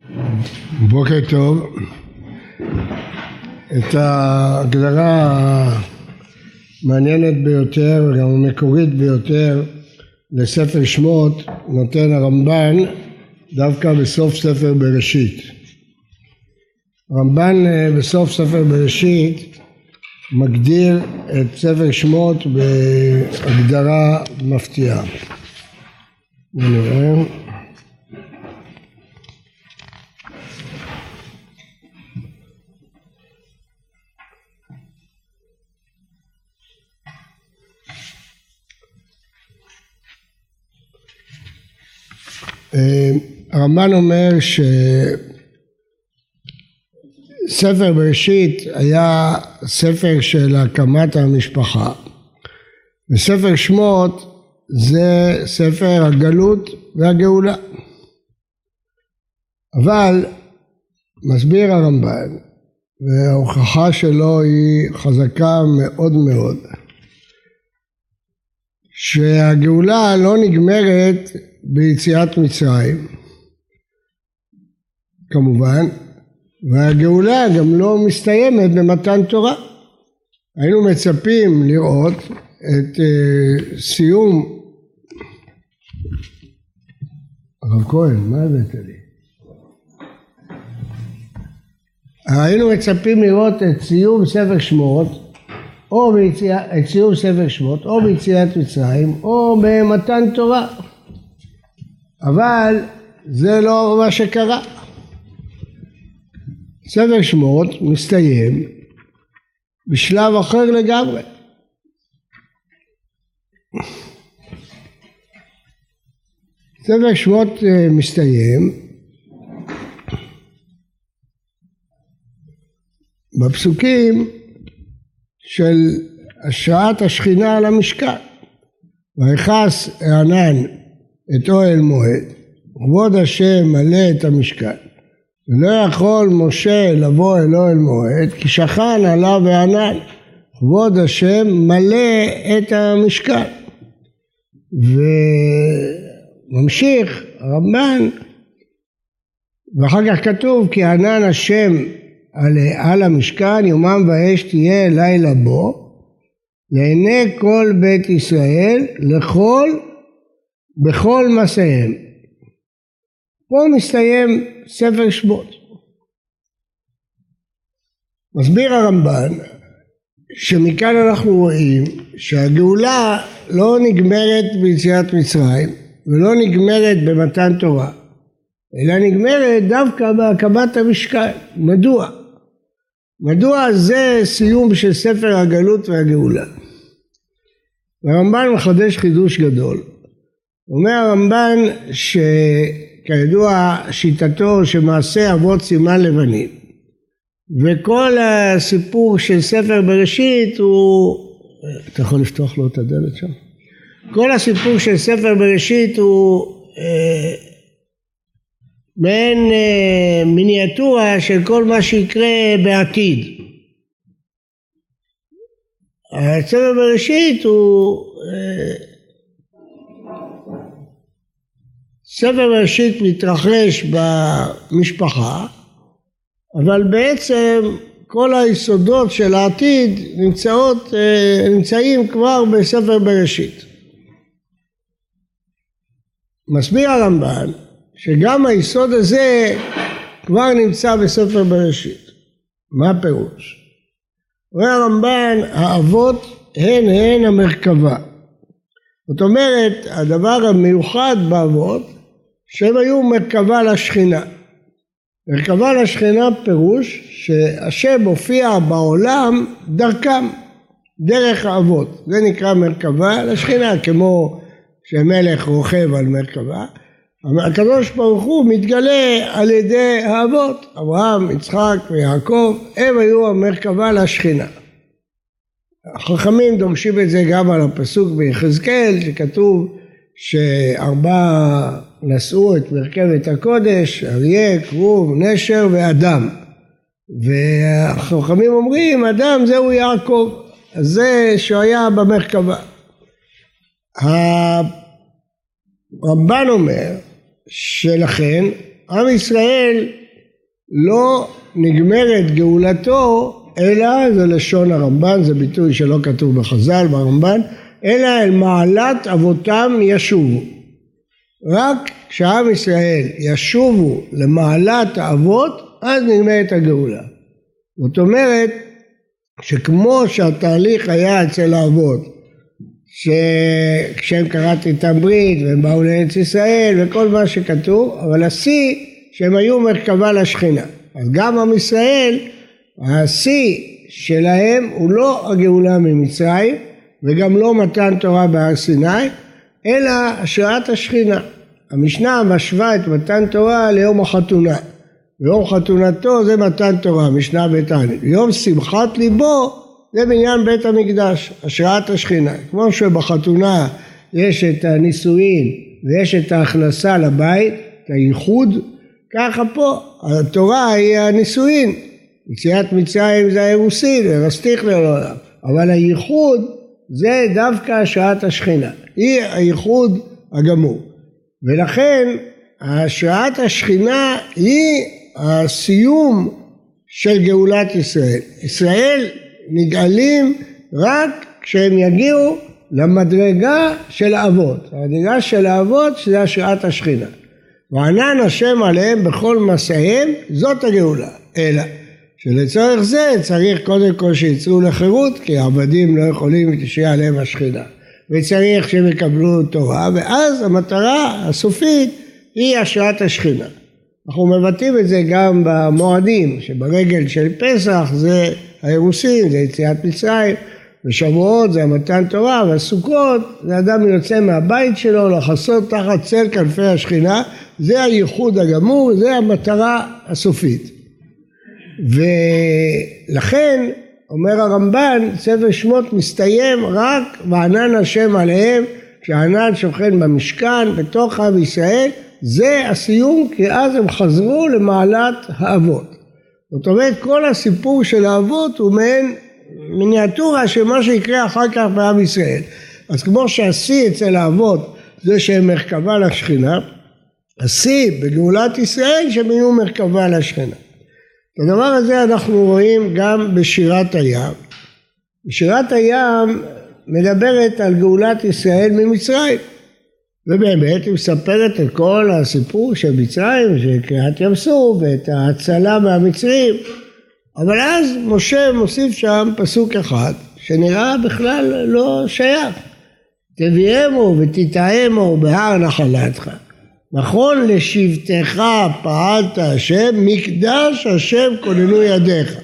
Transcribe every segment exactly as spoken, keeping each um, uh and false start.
בוקר טוב. את ההגדרה המעניינת ביותר וגם המקורית ביותר לספר שמות נותן הרמב"ן דווקא בסוף ספר בראשית. הרמב"ן בסוף ספר בראשית מגדיר את ספר שמות בהגדרה מפתיעה. נראה. הרמב"ן אומר שספר בראשית היה ספר של הקמת המשפחה, וספר שמות זה ספר הגלות והגאולה. אבל מסביר הרמב"ן, וההוכחה שלו היא חזקה מאוד מאוד, שהגאולה לא נגמרת ביציאת מצרים כמובן, והגאולה גם לא מסתיימת במתן תורה. היינו מצפים לראות את uh, סיום הרב כהן, מה הבאת לי? היינו מצפים לראות את סיום ספר שמות או ביציאת, את סיום ספר שמות או ביציאת מצרים או במתן תורה, אבל זה לא מה שקרה. ספר שמות מסתיים בשלב אחר לגמרי. ספר שמות מסתיים בפסוקים של השראת השכינה על המשכן. ויכס הענן את אוהל מועד, כבוד השם מלא את המשכן, ולא יכול משה לבוא אל אוהל מועד, כי שכן עליו הענן, כבוד השם מלא את המשכן. וממשיך הרמב"ן, ואחר כך כתוב, כי ענן השם על, על המשכן, יומם ואש תהיה לילה בו, לעיני כל בית ישראל, לכל בכל מסעיהם. פה מסתיים ספר שמות. מסביר הרמב"ן שמכאן אנחנו רואים שהגאולה לא נגמרת ביציאת מצרים ולא נגמרת במתן תורה, אלא נגמרת דווקא בהקמת המשכן. מדוע? מדוע זה סיום של ספר הגלות והגאולה? הרמב"ן מחדש חידוש גדול. אומר הרמב"ן שכידוע שיטתו שמעשה אבות סימן לבנים, וכל הסיפור של ספר בראשית הוא, אתה יכול לפתוח לו את הדלת שם? כל הסיפור של ספר בראשית הוא אה, מעין אה, מיניאטורה של כל מה שיקרה בעתיד. ספר בראשית הוא אה, ספר בראשית מתרחש במשפחה, אבל בעצם כל היסודות של העתיד נמצאות, נמצאים כבר בספר בראשית. מסביר הרמב"ן שגם היסוד הזה כבר נמצא בספר בראשית. מה הפירוש? אומר הרמב"ן, האבות הן הן המרכבה. זאת אומרת, הדבר המיוחד באבות, שהם היו מרכבה לשכינה. מרכבה לשכינה פירוש שהשם הופיע בעולם דרכם, דרך האבות. זה נקרא מרכבה לשכינה, כמו שמלך רוכב על מרכבה. הקדוש ברוך הוא מתגלה על ידי האבות, אברהם, יצחק ויעקב, הם היו המרכבה לשכינה. החכמים דורשים את זה גם על הפסוק ביחזקאל, שכתוב שארבעה נשאו את מרכבת הקודש, אריה, כרוב, נשר ואדם. והחכמים אומרים, אדם זהו יעקב, אז זה שהיה במרכבה. הרמב"ן אומר שלכן עם ישראל לא נגמרת גאולתו, אלא זה לשון הרמב"ן, זה ביטוי שלא כתוב בחז"ל ברמב"ן, אלא אל מעלת אבותם ישובו. רק כשעם ישראל ישובו למעלת האבות, אז נגמרת הגאולה. זאת אומרת שכמו שהתהליך היה אצל האבות, שכשהם קראתי את הברית והם באו לארץ ישראל וכל מה שכתוב, אבל השיא שהם היו מרכבה לשכינה. אז גם עם ישראל, השיא שלהם הוא לא הגאולה ממצרים וגם לא מתן תורה בהר סיני, אלא השראת השכינה. המשנה משווה את מתן תורה ליום החתונה. ויום חתונתו זה מתן תורה, משנה בתענית. יום שמחת ליבו זה בעניין בית המקדש, השראת השכינה. כמו שבחתונה יש את הנישואין ויש את ההכנסה לבית, את הייחוד, ככה פה התורה היא הנישואין. יציאת מצרים זה האירוסין, הרסתיך לעולם. אבל הייחוד זה דווקא השראת השכינה. היא הייחוד הגמור. ולכן השראת השכינה היא הסיום של גאולת ישראל. ישראל נגאלים רק כשהם יגיעו למדרגה של האבות. המדרגה של האבות שזה השראת השכינה. וענן השם עליהם בכל מסעיהם, זאת הגאולה. אלא שלצורך זה צריך קודם כל שיצאו לחירות, כי העבדים לא יכולים שתהיה עליהם השכינה. וצריך שהם יקבלו תורה, ואז המטרה הסופית היא השראת השכינה. אנחנו מבטאים את זה גם במועדים, שברגל של פסח זה האירוסין, זה יציאת מצרים, ושבועות זה המתן תורה, והסוכות זה אדם יוצא מהבית שלו לחסות תחת צל כנפי השכינה, זה הייחוד הגמור, זה המטרה הסופית. ולכן אומר הרמב"ן, ספר שמות מסתיים רק וענן השם עליהם, כשהענן שוכן במשכן בתוך עם ישראל, זה הסיום, כי אז הם חזרו למעלת האבות. זאת אומרת, כל הסיפור של האבות הוא מעין מיניאטורה של מה שיקרה אחר כך בעם ישראל. אז כמו שהשיא אצל האבות זה שהם מרכבה לשכינה, השיא בגאולת ישראל שהם יהיו מרכבה לשכינה. את הדבר הזה אנחנו רואים גם בשירת הים. בשירת הים מדברת על גאולת ישראל ממצרים. ובאמת היא מספרת את כל הסיפור של מצרים, של קריעת ים סוף ואת ההצלה מהמצרים. אבל אז משה מוסיף שם פסוק אחד שנראה בכלל לא שייך. תביאמו ותתאמו בהר נחלתך. נכון לשבטך פעלת השם, מקדש השם כוננו ידיך.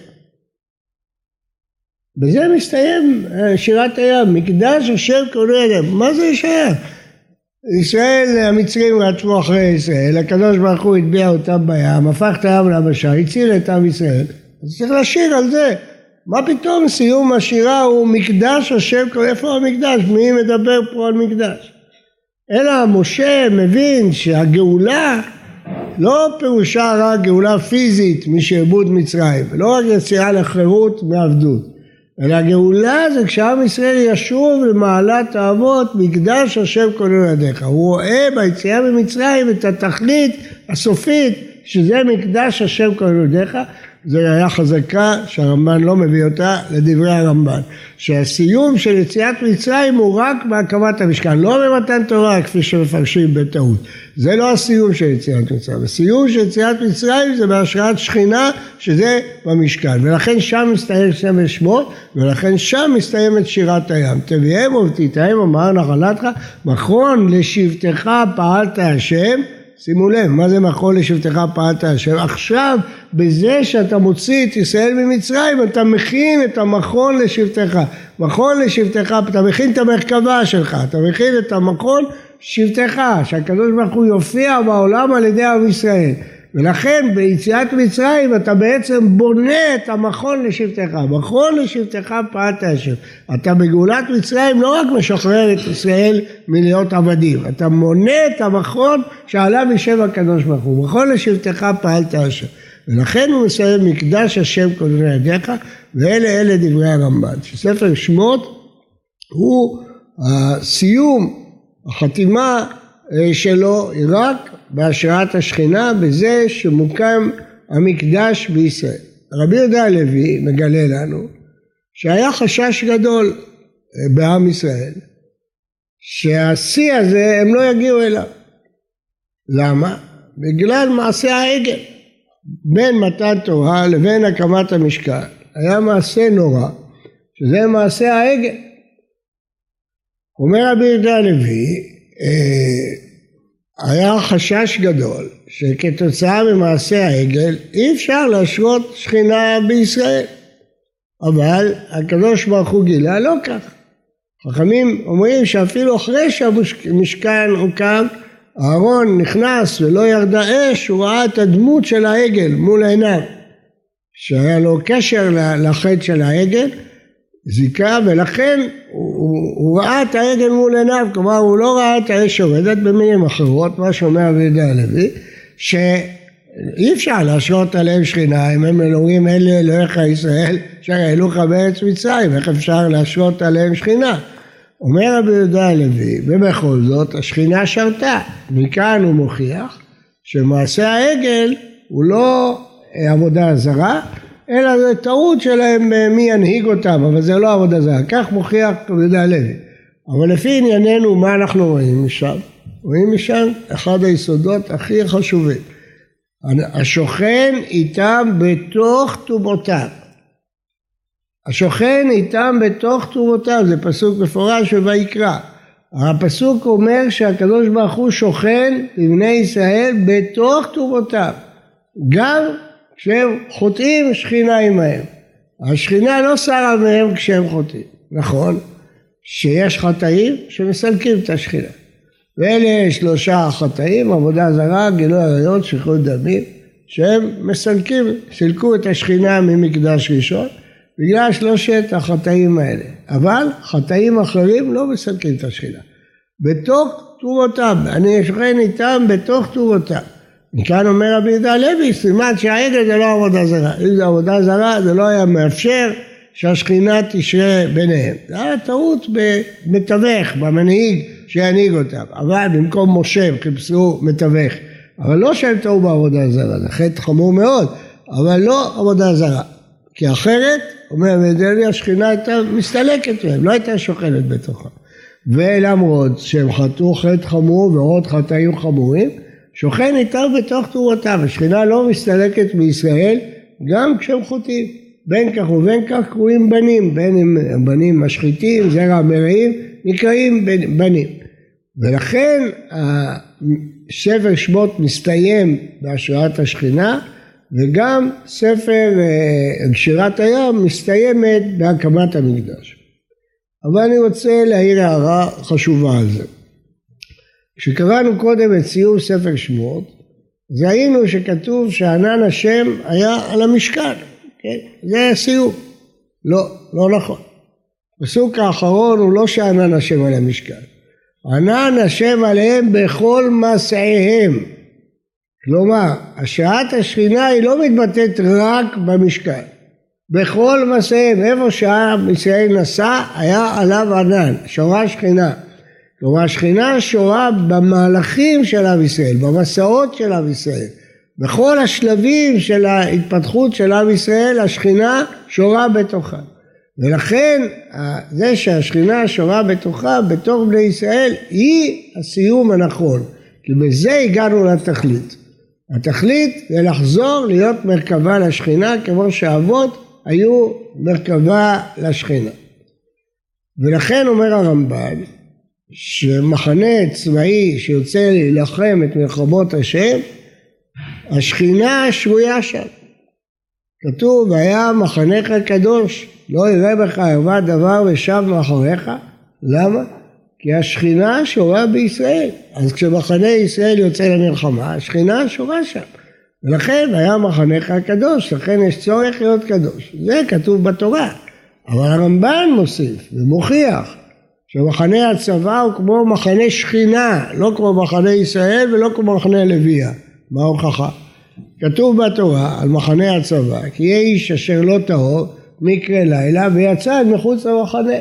בזה מסתיים שירת הים, מקדש השם כוננו ידיך. מה זה שייך? ישראל, המצרים רדפו אחרי ישראל, הקדוש ברוך הוא הטביע אותם בים, הפך את הים ליבשה, הציל את עם ישראל. אז צריך לשיר על זה. מה פתאום סיום השירה הוא מקדש השם, איפה המקדש? מי מדבר פה על מקדש? אלא משה מבין שהגאולה לא פירושה רק גאולה פיזית משעבוד מצרים, ולא רק יציאה לחירות מעבדות, אלא הגאולה זה כשעם ישראל ישוב למעלת האבות, מקדש השם כוננו ידיך. הוא רואה ביציאה ממצרים את התכלית הסופית, שזה מקדש השם כוננו ידיך. זה היה חזקה שהרמב"ן לא מביא אותה לדברי הרמב"ן, שהסיום של יציאת מצרים הוא רק בהקמת המשכן, לא במתן תורה כפי שמפרשים בטעות. זה לא הסיום של יציאת מצרים. הסיום של יציאת מצרים זה בהשראת שכינה, שזה במשכן, ולכן שם מסתיים ספר שמות, ולכן שם מסתיימת שירת הים. תביאמו ותתאמו בהר נחלתך, נכון לשבטך פעלת השם. שימו לב, מה זה נכון לשבטך פעלת השם? עכשיו, בזה שאתה מוציא את ישראל ממצרים, אתה מכין את המכון לשבטך. מכון לשבטך, אתה מכין את המרכבה שלך, אתה מכין את המכון שבטך, שהקדוש ברוך הוא יופיע בעולם על ידי עם ישראל. ולכן ביציאת מצרים אתה בעצם בונה את המכון לשבטך. מכון לשבטך פעלת השם. אתה בגאולת מצרים לא רק משחרר את ישראל מלהיות עבדים, אתה מונה את המכון שעליו ישב הקדוש ברוך הוא. מכון לשבטך פעלת השם. ולכן הוא מסיים מקדש השם כוננו ידיך, ואלה אלה דברי הרמב"ן. שספר שמות הוא הסיום, החתימה שלו היא רק בהשראת השכינה בזה שמוקם המקדש בישראל. רבי יהודה הלוי מגלה לנו שהיה חשש גדול בעם ישראל שהשיא הזה הם לא יגיעו אליו. למה? בגלל מעשה העגל. בין מתן תורה לבין הקמת המשכן היה מעשה נורא, שזה מעשה העגל. אומר רבי יהודה הלוי, היה חשש גדול שכתוצאה ממעשה העגל אי אפשר להשרות שכינה בישראל. אבל הקדוש ברוך הוא גילה לא כך. חכמים אומרים שאפילו אחרי שהמשכן הוקם, אהרון נכנס ולא ירדה אש, הוא ראה את הדמות של העגל מול עיניו, שהיה לו קשר לחטא של העגל, זיקה, ולכן הוא, הוא, הוא ראה את העגל מול עיניו, כלומר הוא לא ראה את האש יורדת. במילים אחרות, מה שאומר רבי יהודה הלוי, שאי אפשר להשרות עליהם שכינה, אם הם אלוהים אלה אלוהיך ישראל, שהעלוך בארץ מצרים, איך אפשר להשרות עליהם שכינה? אומר רבי יהודה הלוי, ובכל זאת השכינה שרתה. מכאן הוא מוכיח שמעשה העגל הוא לא עבודה זרה, אלא זה טעות שלהם מי ינהיג אותם, אבל זה לא עבודה זרה. כך מוכיח רבי יהודה הלוי. אבל לפי ענייננו, מה אנחנו רואים משם? רואים משם אחד היסודות הכי חשובים. השוכן איתם בתוך טובותיו. השוכן איתם בתוך טובותיו, זה פסוק מפורש בויקרא. הפסוק אומר שהקדוש ברוך הוא שוכן לבני ישראל בתוך טובותיו. גם כשהם חוטאים שכינה עמהם. השכינה לא שרה מהם כשהם חוטאים. נכון שיש חטאים שמסלקים את השכינה. ואלה שלושה חטאים, עבודה זרה, גילוי עריות, שפיכות דמים, שהם מסלקים, סילקו את השכינה ממקדש ראשון, בגלל שלושת החטאים האלה. אבל חטאים אחרים לא מסלקים את השכינה. בתוך טובותיו, אני שוכן איתם בתוך טובותיו. מכאן אומר רבי יהודה הלוי, סימן שהעגל זה לא עבודה זרה. אם זה עבודה זרה, זה לא היה מאפשר שהשכינה תשרה ביניהם. זה היה טעות במתווך, במנהיג שינהיג אותם. אבל במקום משה הם חיפשו מתווך. אבל לא שהם טעו בעבודה זרה, זה חטא חמור מאוד, אבל לא עבודה זרה. כי אחרת, אומר רבי יהודה הלוי, השכינה הייתה מסתלקת מהם, לא הייתה שוכנת בתוכה. ולמרות שהם חטאו חטא חמור ועוד חטאים חמורים, שוכן איתם בתוך טובותיו. השכינה לא מסתלקת בישראל גם כשהם חוטאים. בין כך ובין כך קרויים בנים, בין אם בנים משחיתים, זרע מרעים, נקראים בנים. ולכן ספר שמות מסתיים בהשראת השכינה, וגם ספר שירת הים מסתיימת בהקמת המקדש. אבל אני רוצה להעיר הערה חשובה על זה. כשקראנו קודם את סיום ספר שמות, אז ראינו שכתוב שענן השם היה על המשכן. כן? זה הסיום. לא, לא נכון. הפסוק האחרון הוא לא שענן השם על המשכן. ענן השם עליהם בכל מסעיהם. כלומר, השראת השכינה היא לא מתבטאת רק במשכן. בכל מסעיהם, איפה שהעם ישראל נסע, היה עליו ענן, שורה שכינה. כלומר, השכינה שורה במהלכים של עם ישראל, במסעות של עם ישראל. בכל השלבים של ההתפתחות של עם ישראל, השכינה שורה בתוכה. ולכן, זה שהשכינה שורה בתוכה, בתוך בני ישראל, היא הסיום הנכון. כי בזה הגענו לתכלית. התכלית זה לחזור להיות מרכבה לשכינה, כמו שהאבות היו מרכבה לשכינה. ולכן אומר הרמב"ן, שמחנה צבאי שיוצא להילחם את מלחמות השם, השכינה שרויה שם. כתוב, והיה מחנך קדוש, לא יראה בך ערווה דבר ושב מאחוריך. למה? כי השכינה שורה בישראל. אז כשמחנה ישראל יוצא למלחמה, השכינה שורה שם. ולכן היה מחנך הקדוש, לכן יש צורך להיות קדוש. זה כתוב בתורה. אבל הרמב"ן מוסיף ומוכיח שמחנה הצבא הוא כמו מחנה שכינה, לא כמו מחנה ישראל ולא כמו מחנה לוויה. מה ההוכחה? כתוב בתורה על מחנה הצבא, כי יהיה איש אשר לא טהור מקרה לילה ויצא מחוץ למחנה.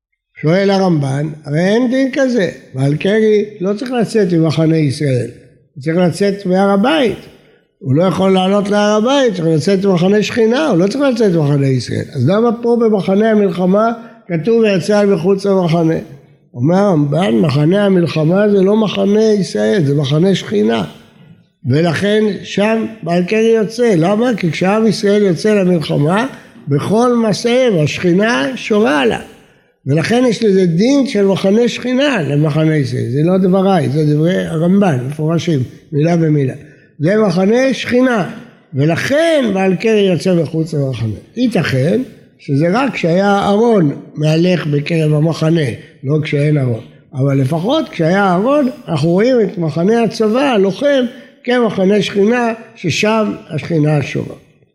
שואל הרמב"ן, הרי אין דין כזה, ועל קרי לא צריך לצאת ממחנה ישראל. הוא צריך לצאת מהר הבית. הוא לא יכול לעלות להר הבית, צריך לצאת במחנה שכינה, הוא לא צריך לצאת במחנה ישראל. אז למה פה במחנה המלחמה כתוב ויצא מחוץ למחנה? אומר הרמב"ן, מחנה המלחמה זה לא מחנה ישראל, זה מחנה שכינה. ולכן שם בעל קרי יוצא. למה? כי כשעם ישראל יוצא למלחמה, בכל מסעיהם השכינה שורה עליו. ולכן יש לזה דין של מחנה שכינה למחנה ישראל. זה לא דבריי, זה דברי הרמב"ן, מפורשים, מילה במילה. זה מחנה שכינה, ולכן בעל קרי יוצא מחוץ למחנה. ייתכן שזה רק כשהיה ארון מהלך בקרב המחנה, לא כשאין ארון. אבל לפחות כשהיה ארון, אנחנו רואים את מחנה הצבא, הלוחם, כמחנה שכינה, ששם השכינה שורה.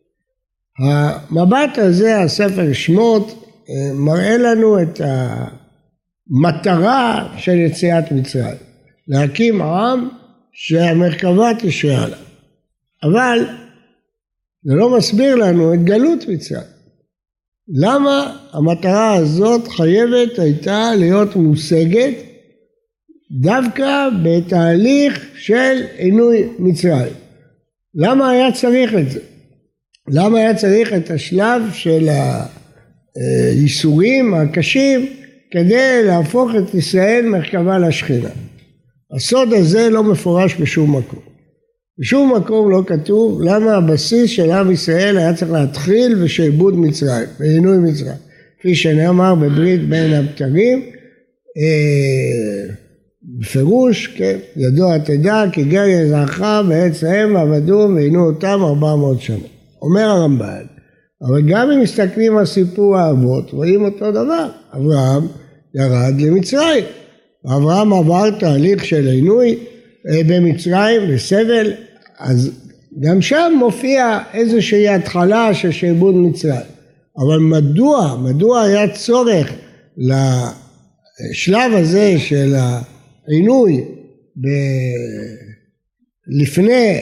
המבט הזה, הספר שמות, מראה לנו את המטרה של יציאת מצרים. להקים עם שהמרכבה תשרה עליו. אבל זה לא מסביר לנו את גלות מצרים. למה המטרה הזאת חייבת הייתה להיות מושגת דווקא בתהליך של עינוי מצרים? למה היה צריך את זה? למה היה צריך את השלב של הייסורים הקשים כדי להפוך את ישראל מרכבה לשכינה? הסוד הזה לא מפורש בשום מקום. בשום מקום לא כתוב למה הבסיס של עם ישראל היה צריך להתחיל בשעבוד מצרים, בעינוי מצרים. כפי שנאמר בברית בין הבתרים, בפירוש, כן, ידוע תדע כי גר יזרעך בעץ האם עבדו ועינו אותם ארבע מאות שנה. אומר הרמב"ן, אבל גם אם מסתכלים על סיפור האבות, רואים אותו דבר. אברהם ירד למצרים. אברהם עבר תהליך של עינוי במצרים, בסבל, אז גם שם מופיע איזושהי התחלה של שעבוד מצרים. אבל מדוע, מדוע היה צורך לשלב הזה של העינוי לפני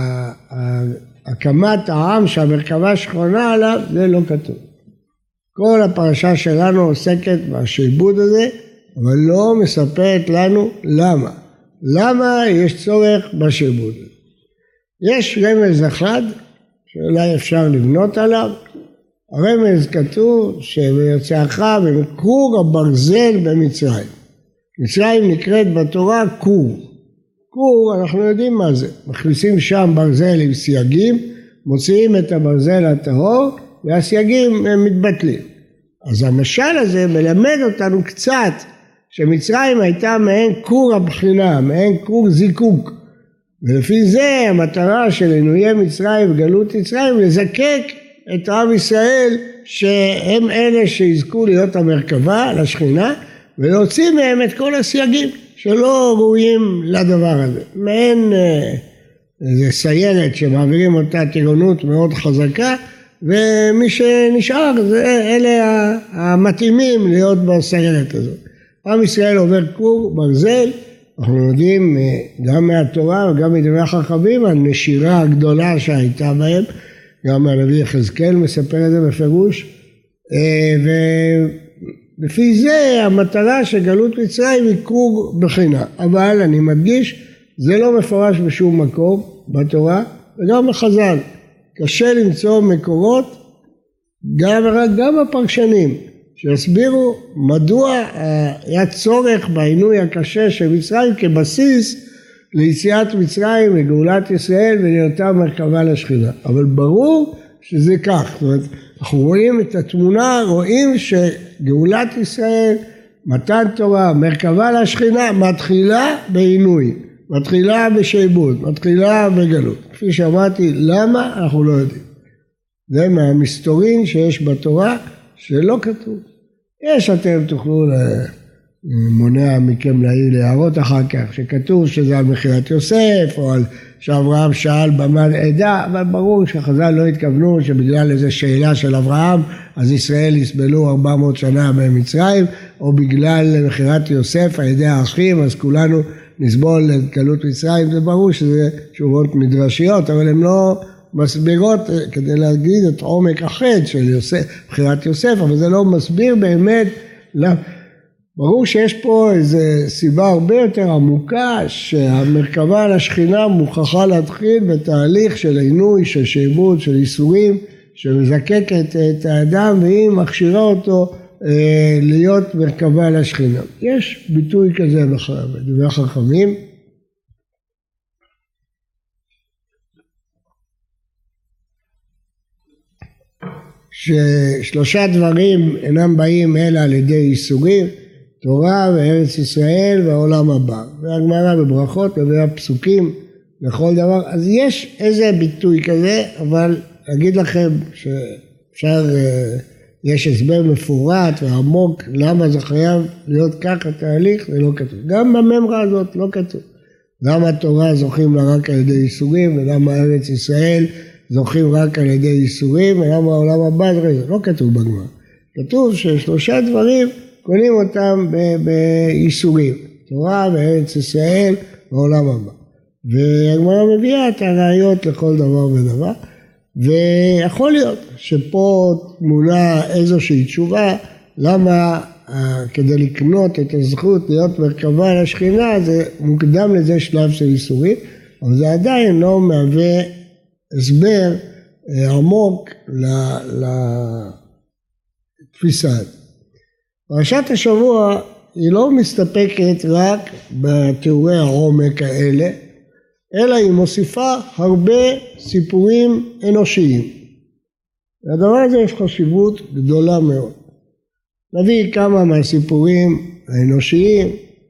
הקמת העם שהמרכבה שכונה עליו? זה לא כתוב. כל הפרשה שלנו עוסקת בשעבוד הזה, אבל לא מספרת לנו למה. למה יש צורך בשעבוד? יש רמז אחד שאולי אפשר לבנות עליו. הרמז כתוב שביוצאך במקור הברזל במצרים. מצרים נקראת בתורה קור. קור, אנחנו יודעים מה זה. מכניסים שם ברזל עם סייגים, מוציאים את הברזל הטהור, והסייגים הם מתבטלים. אז המשל הזה מלמד אותנו קצת שמצרים הייתה מעין קור הבחינה, מעין קור זיקוק. ולפי זה המטרה של עינויי מצרים וגלות מצרים לזקק את עם ישראל שהם אלה שיזכו להיות המרכבה לשכינה, ולהוציא מהם את כל הסייגים שלא ראויים לדבר הזה. מעין איזה סיירת שמעבירים אותה טירונות מאוד חזקה, ומי שנשאר זה אלה המתאימים להיות בסיירת הזאת. עם ישראל עובר קור ברזל, אנחנו יודעים גם מהתורה וגם מדברי החכמים הנשירה הגדולה שהייתה בהם, גם הנביא יחזקאל מספר את זה בפירוש, ולפי זה המטרה של גלות מצרים היא קור בחינה. אבל אני מדגיש, זה לא מפורש בשום מקום בתורה וגם בחז"ל. קשה למצוא מקורות, גם, גם הפרשנים, שיסבירו מדוע היה צורך בעינוי הקשה של מצרים כבסיס ליציאת מצרים לגאולת ישראל ולהיותה מרכבה לשכינה. אבל ברור שזה כך. זאת אומרת, אנחנו רואים את התמונה, רואים שגאולת ישראל, מתן תורה, מרכבה לשכינה, מתחילה בעינוי, מתחילה בשעבוד, מתחילה בגלות. כפי שאמרתי, למה? אנחנו לא יודעים. זה מהמסתורין שיש בתורה שלא כתוב. יש, אתם תוכלו מונע מכם להעיר להערות אחר כך, שכתוב שזה על מכירת יוסף, או על שאברהם שאל במה עדה, אבל ברור שחז"ל לא התכוונו שבגלל איזו שאלה של אברהם, אז ישראל יסבלו ארבע מאות שנה במצרים, או בגלל מכירת יוסף על ידי האחים, אז כולנו נסבול את גלות מצרים. זה ברור שזה תשובות מדרשיות, אבל הן לא מסבירות כדי להגיד את עומק החטא של יוסף, מכירת יוסף, אבל זה לא מסביר באמת ברור שיש פה איזו סיבה הרבה יותר עמוקה שהמרכבה על השכינה מוכרחה להתחיל בתהליך של עינוי, של שעבוד, של איסורים שמזקקת את האדם והיא מכשירה אותו אה, להיות מרכבה על השכינה. יש ביטוי כזה בדברי החכמים. ששלושה דברים אינם באים אלא על ידי איסורים, תורה וארץ ישראל והעולם הבא. והגמרא בברכות מביאה פסוקים לכל דבר. אז יש איזה ביטוי כזה, אבל אגיד לכם שאפשר, יש הסבר מפורט ועמוק למה זה חייב להיות ככה תהליך, זה לא כתוב. גם בממרה הזאת לא כתוב. למה התורה זוכים לה רק על ידי איסורים ולמה ארץ ישראל זוכים רק על ידי איסורים ולמה העולם הבא זה לא כתוב בגמרא. כתוב ששלושה דברים קונים אותם באיסורים, תורה וארץ ישראל והעולם הבא. והגמרא מביאה את הראיות לכל דבר ודבר, ויכול להיות שפה תמונה איזושהי תשובה, למה כדי לקנות את הזכות להיות מרכבה על השכינה, זה מוקדם לזה שלב של איסורים, אבל זה עדיין לא מהווה הסבר עמוק לתפיסה. פרשת השבוע היא לא מסתפקת רק בתיאורי העומק האלה, אלא היא מוסיפה הרבה סיפורים אנושיים. והדבר הזה יש חשיבות גדולה מאוד. נביא כמה מהסיפורים האנושיים.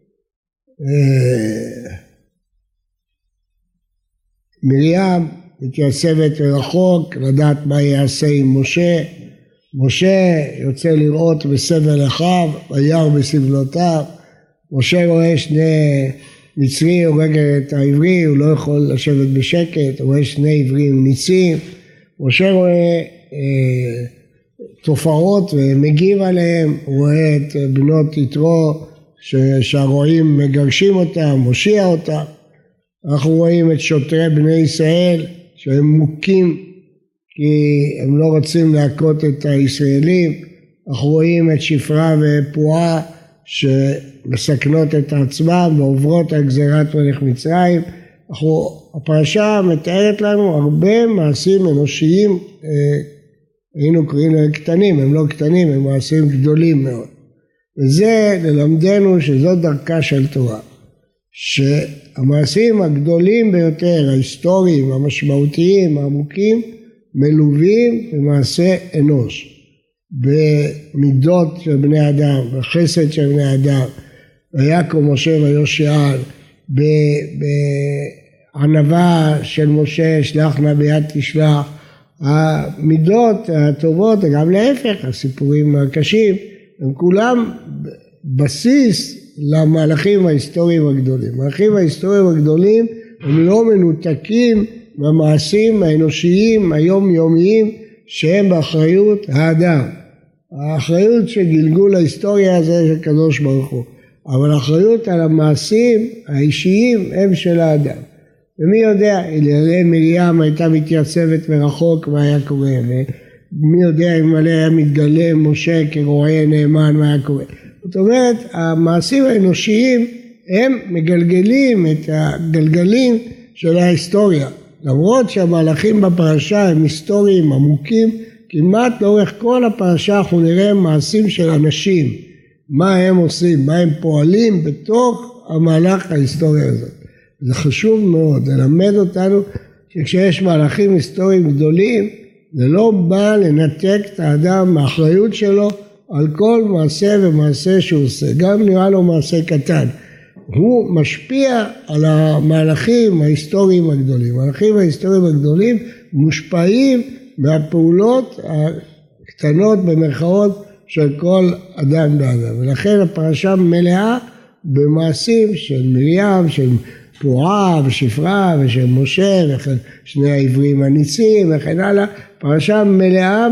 מרים מתייצבת רחוק לדעת מה יעשה עם משה. משה יוצא לראות בסבל אחיו, וירא בסבלותיו. משה רואה שני מצרי הורג את העברי, הוא לא יכול לשבת בשקט, הוא רואה שני עברים ניצים. משה רואה אה, תופעות ומגיב עליהם, הוא רואה את בנות יתרו שהרועים מגרשים אותם, מושיע אותם. אנחנו רואים את שוטרי בני ישראל שהם מוכים כי הם לא רוצים להכות את הישראלים. אנחנו רואים את שפרה ופועה שמסכנות את עצמם ועוברות על גזירת מלך מצרים. אנחנו, הפרשה מתארת לנו הרבה מעשים אנושיים, היינו קוראים להם קטנים, הם לא קטנים, הם מעשים גדולים מאוד. וזה ללמדנו שזאת דרכה של תורה. שהמעשים הגדולים ביותר, ההיסטוריים, המשמעותיים, העמוקים, מלווים במעשה אנוש. במידות של בני אדם, בחסד של בני אדם, ויקום משה ויושען, בענווה של משה שלח נא ביד תשלח. המידות הטובות, גם להפך, הסיפורים הקשים, הם כולם בסיס למהלכים ההיסטוריים הגדולים. המהלכים ההיסטוריים הגדולים הם לא מנותקים מהמעשים האנושיים היומיומיים שהם באחריות האדם. האחריות של גלגול ההיסטוריה הזה של קדוש ברוך הוא, אבל האחריות על המעשים האישיים הם של האדם. ומי יודע, אלמלא מרים הייתה מתייצבת מרחוק מה היה קורה, ומי יודע אם עליה היה מתגלה משה כרועה נאמן מה היה קורה. זאת אומרת, המעשים האנושיים הם מגלגלים את הגלגלים של ההיסטוריה. למרות שהמהלכים בפרשה הם היסטוריים עמוקים, כמעט לאורך כל הפרשה אנחנו נראה מעשים של אנשים, מה הם עושים, מה הם פועלים בתוך המהלך ההיסטוריה הזאת. זה חשוב מאוד, זה למד אותנו שכשיש מהלכים היסטוריים גדולים, זה לא בא לנתק את האדם מהאחריות שלו על כל מעשה ומעשה שהוא עושה, גם נראה לו מעשה קטן. הוא משפיע על המהלכים ההיסטוריים הגדולים. המהלכים ההיסטוריים הגדולים מושפעים מהפעולות הקטנות במרכאות של כל אדם ואדם. ולכן הפרשה מלאה במעשים של מרים, של פועה ושפרה ושל משה וכן שני העברים הניצים וכן הלאה. פרשה מלאה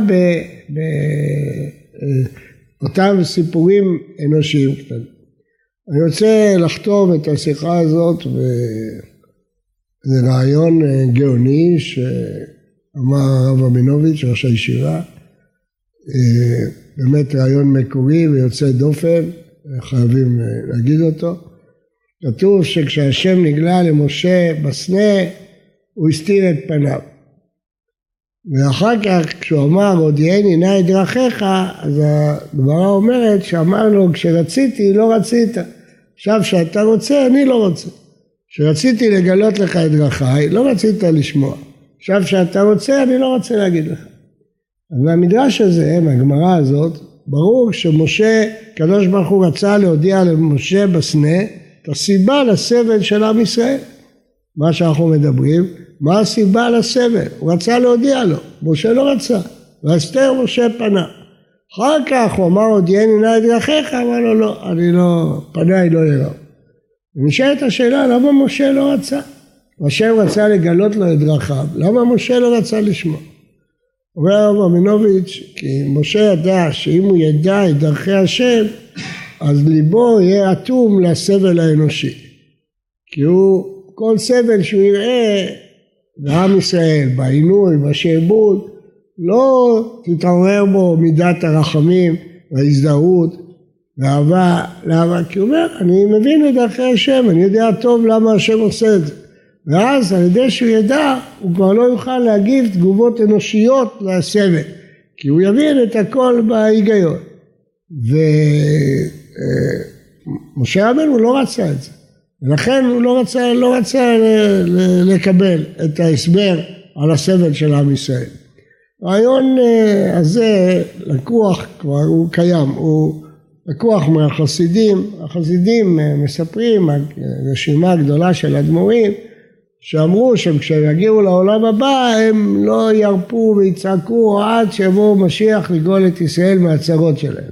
באותם סיפורים אנושיים קטנים. אני רוצה לחתום את השיחה הזאת וזה רעיון גאוני שאמר הרב רבינוביץ' ראש הישיבה, באמת רעיון מקורי ויוצא דופן. חייבים להגיד אותו. כתוב שכשהשם נגלה למשה בסנה, הוא הסתיר את פניו. ואחר כך כשהוא אמר הודיעני נא את דרכיך, אז הגמרא אומרת שאמר לו כשרציתי לא רצית, עכשיו שאתה רוצה אני לא רוצה, כשרציתי לגלות לך את דרכיי לא רצית לשמוע, עכשיו שאתה רוצה אני לא רוצה להגיד לך. והמדרש הזה, מהגמרא הזאת, ברור שמשה, קדוש ברוך הוא רצה להודיע למשה בסנה את הסיבה לסבל של עם ישראל. מה שאנחנו מדברים, מה הסיבה לסבל? הוא רצה להודיע לו, משה לא רצה, והסתר משה פנה. אחר כך הוא אמר הודיעני נא את דרכיך, אמר לו לא, אני לא, פניי לא יראו. ונשאלת השאלה, למה משה לא רצה? משה רצה לגלות לו את דרכיו, למה משה לא רצה לשמוע? אומר הרב רבינוביץ', כי משה ידע שאם הוא ידע את דרכי השם, אז ליבו יהיה אטום לסבל האנושי. כי הוא, כל סבל שהוא יראה בעם ישראל, בעינוי, בשעבוד, לא תתעורר בו מידת הרחמים וההזדהות והאהבה. למה? כי הוא אומר, אני מבין את דרכי השם, אני יודע טוב למה השם עושה את זה. ואז על ידי שהוא ידע, הוא כבר לא יוכל להגיב תגובות אנושיות לסבל, כי הוא יבין את הכל בהיגיון. ומשה רבנו לא רצה את זה, ולכן הוא לא רצה, לא רצה לקבל את ההסבר על הסבל של עם ישראל. הרעיון הזה לקוח כבר, הוא קיים, הוא לקוח מהחסידים. החסידים מספרים, רשימה גדולה של אדמו"רים, שאמרו שכשהם לעולם הבא הם לא ירפו ויצעקו עד שיבוא משיח לגאול את ישראל מהצרות שלהם.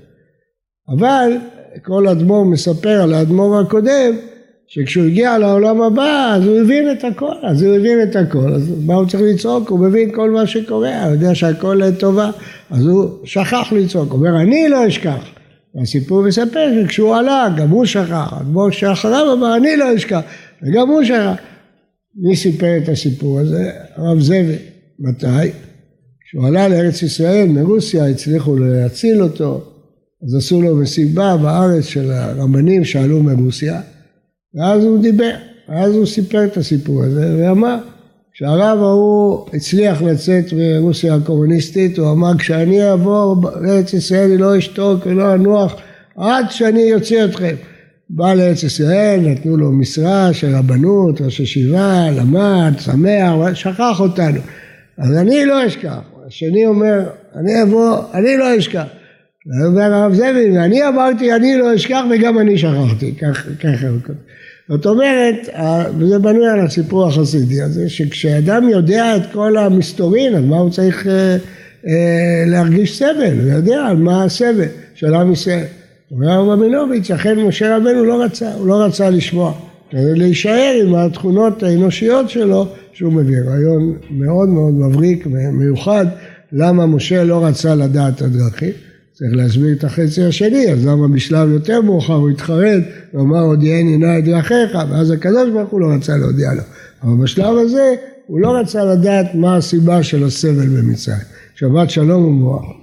אבל כל אדמו"ר מספר על האדמו"ר הקודם שכשהוא הגיע לעולם הבא אז הוא הבין את הכל, אז הוא הבין את הכל, אז מה הוא צריך לצעוק? הוא מבין כל מה שקורה, הוא יודע שהכל לטובה, אז הוא שכח לצעוק, הוא אומר אני לא אשכח. הסיפור מספר שכשהוא עלה גם הוא שכח, האדמו"ר שאחריו אמר אני לא אשכח, וגם הוא שכח. מי סיפר את הסיפור הזה? הרב זאבי. מתי? כשהוא עלה לארץ ישראל מרוסיה, הצליחו להציל אותו, אז עשו לו מסיבה בארץ של הרבנים שעלו מרוסיה, ואז הוא דיבר, ואז הוא סיפר את הסיפור הזה, ואמר, כשהרב ההוא הצליח לצאת מרוסיה הקומוניסטית, הוא אמר, כשאני אעבור לארץ ישראל, אני לא אשתוק ולא אנוח, עד שאני יוצא אתכם. בא לארץ ישראל, נתנו לו משרה של רבנות, ראש ישיבה, למד, שמח, שכח אותנו. אז אני לא אשכח. השני אומר, אני אבוא, אני לא אשכח. אומר הרב זאבי, ואני אמרתי, אני לא אשכח וגם אני שכחתי. ככה הוא כותב. זאת אומרת, וזה בנוי על הסיפור החסידי הזה, שכשאדם יודע את כל המסתורין, אז מה הוא צריך אה, אה, להרגיש סבל? הוא יודע על מה הסבל של עם ישראל. אומר הרב רבינוביץ', אכן משה רבנו לא רצה, הוא לא רצה לשמוע, כדי להישאר עם התכונות האנושיות שלו שהוא מביא. רעיון מאוד מאוד מבריק ומיוחד, למה משה לא רצה לדעת את הדרכים. צריך להסביר את החצי השני, אז למה בשלב יותר מאוחר הוא התחרט ואמר הודיעני נא את דרכיך, ואז הקדוש ברוך הוא לא רצה להודיע לו. אבל בשלב הזה הוא לא רצה לדעת מה הסיבה של הסבל במצרים. שבת שלום ומבורך.